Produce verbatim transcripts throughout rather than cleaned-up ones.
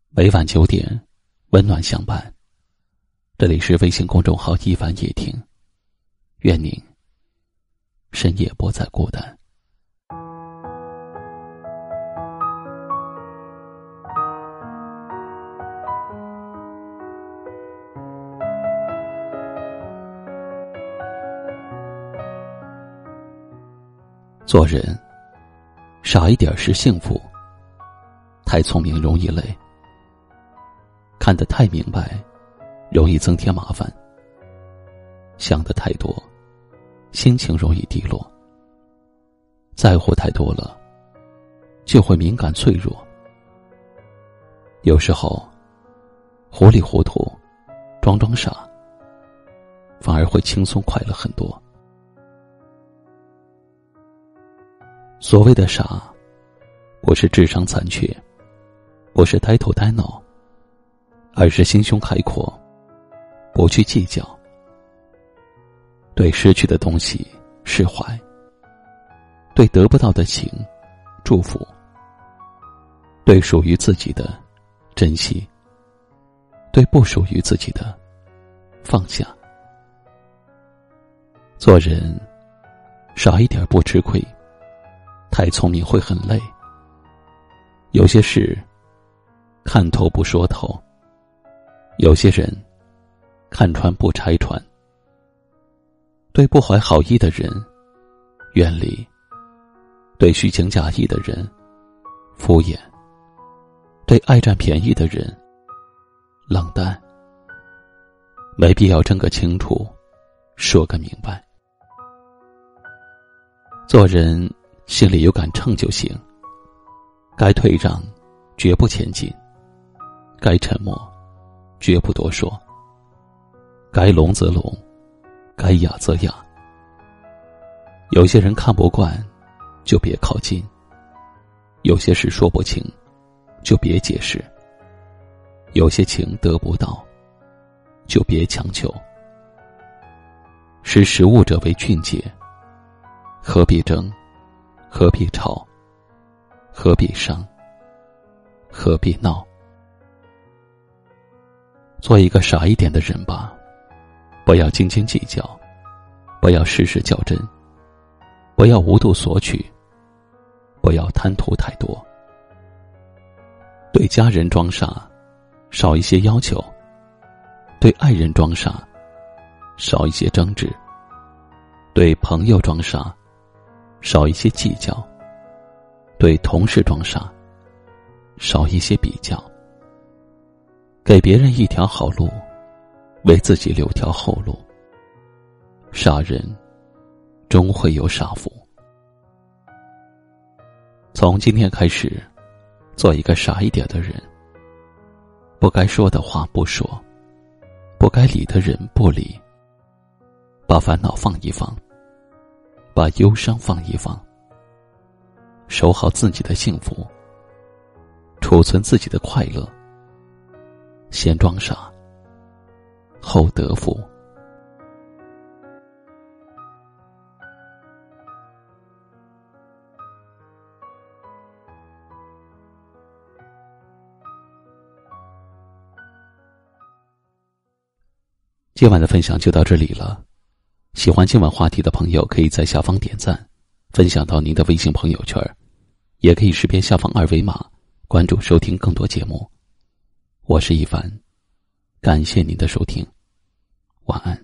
每晚九点，温暖相伴。这里是微信公众号一凡夜听，愿您深夜不再孤单。做人傻一点是幸福，太聪明容易累，看得太明白容易增添麻烦，想得太多心情容易低落，在乎太多了就会敏感脆弱。有时候糊里糊涂装装傻反而会轻松快乐很多。所谓的傻，不是智商残缺，不是呆头呆脑，而是心胸开阔，不去计较，对失去的东西释怀，对得不到的情祝福，对属于自己的珍惜，对不属于自己的放下。做人少一点不吃亏，太聪明会很累。有些事看透不说透，有些人看穿不拆穿。对不怀好意的人远离，对虚情假意的人敷衍，对爱占便宜的人冷淡。没必要争个清楚，说个明白。做人心里有杆秤就行，该退让绝不前进，该沉默绝不多说，该聋则聋，该哑则哑。有些人看不惯就别靠近，有些事说不清就别解释，有些情得不到就别强求。识时务者为俊杰，何必争，何必吵，何必伤，何必闹。做一个傻一点的人吧，不要斤斤计较，不要事事较真，不要无度索取，不要贪图太多。对家人装傻，少一些要求；对爱人装傻，少一些争执；对朋友装傻，少一些计较；对同事装傻，少一些比较。给别人一条好路，为自己留条后路。傻人终会有傻福。从今天开始，做一个傻一点的人，不该说的话不说，不该理的人不理，把烦恼放一放，把忧伤放一放，守好自己的幸福，储存自己的快乐。先装傻，后得福。今晚的分享就到这里了。喜欢今晚话题的朋友，可以在下方点赞，分享到您的微信朋友圈，也可以识别下方二维码，关注收听更多节目。我是一凡，感谢您的收听，晚安。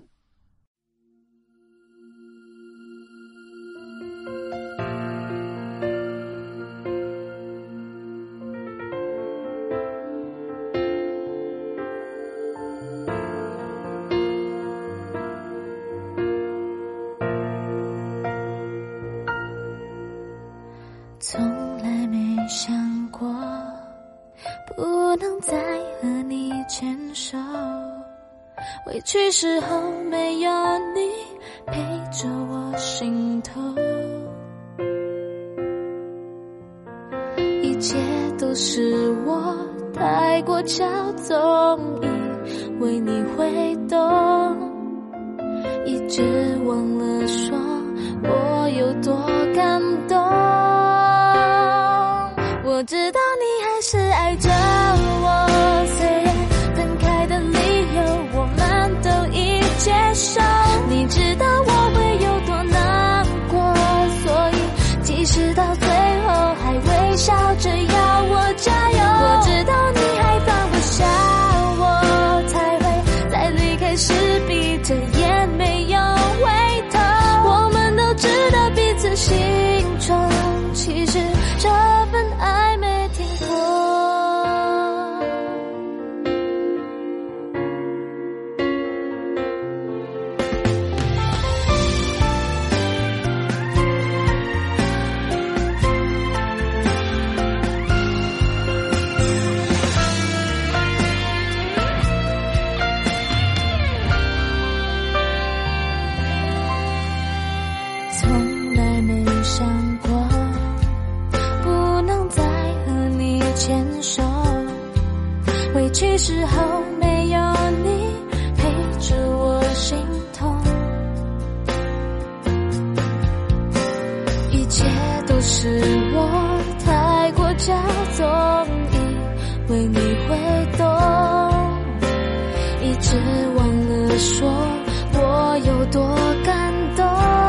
从来没想过不能再和你牵手，委屈时候没有你陪着我心头，一切都是我太过骄纵，以为你会懂，一直忘了说我有多感动。我知道你还是爱着我， 委屈时候没有你陪着我心痛，一切都是我太过骄纵，以为你会懂，一直忘了说我有多感动。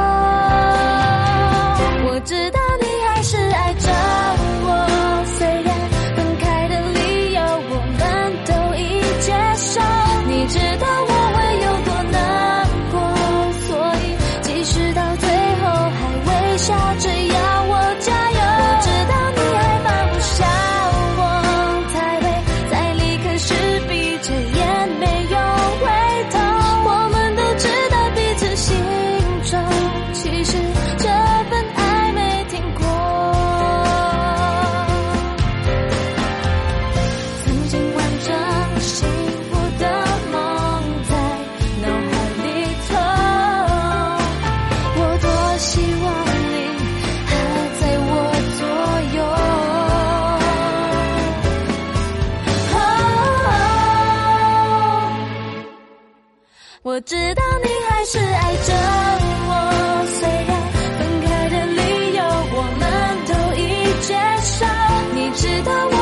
我知道你还是爱着我，虽然分开的理由我们都已接受，你知道我会有多难过，所以即使到最后还微笑着要我加油。我知道你还放不下我，才会在离开时闭着眼没有回头。我们都知道彼此心中其实这份爱没停过，曾经完整幸福的梦在脑海里头，我多希望你还在我左右。我知道你还是爱着我，虽然分开的理由我们都已接受，你知道我